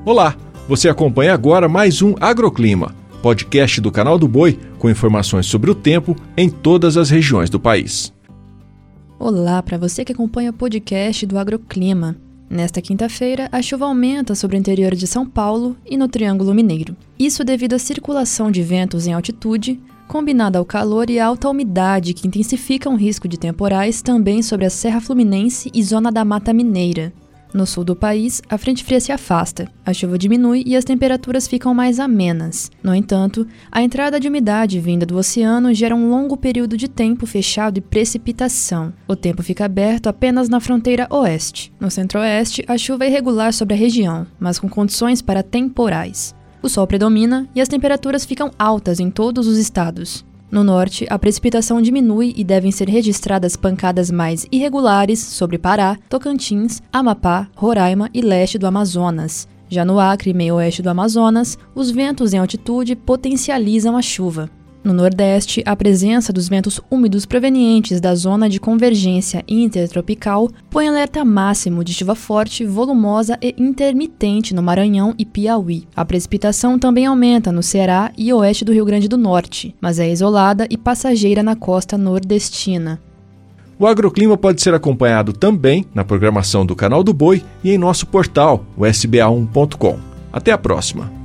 Olá, você acompanha agora mais um Agroclima, podcast do Canal do Boi com informações sobre o tempo em todas as regiões do país. Olá para você que acompanha o podcast do Agroclima. Nesta quinta-feira, a chuva aumenta sobre o interior de São Paulo e no Triângulo Mineiro. Isso devido à circulação de ventos em altitude, combinada ao calor e à alta umidade que intensificam o risco de temporais também sobre a Serra Fluminense e zona da Mata Mineira. No sul do país, a frente fria se afasta, a chuva diminui e as temperaturas ficam mais amenas. No entanto, a entrada de umidade vinda do oceano gera um longo período de tempo fechado e precipitação. O tempo fica aberto apenas na fronteira oeste. No centro-oeste, a chuva é irregular sobre a região, mas com condições para temporais. O sol predomina e as temperaturas ficam altas em todos os estados. No norte, a precipitação diminui e devem ser registradas pancadas mais irregulares sobre Pará, Tocantins, Amapá, Roraima e leste do Amazonas. Já no Acre e meio-oeste do Amazonas, os ventos em altitude potencializam a chuva. No Nordeste, a presença dos ventos úmidos provenientes da zona de convergência intertropical põe alerta máximo de chuva forte, volumosa e intermitente no Maranhão e Piauí. A precipitação também aumenta no Ceará e oeste do Rio Grande do Norte, mas é isolada e passageira na costa nordestina. O Agroclima pode ser acompanhado também na programação do Canal do Boi e em nosso portal, o sba1.com. Até a próxima!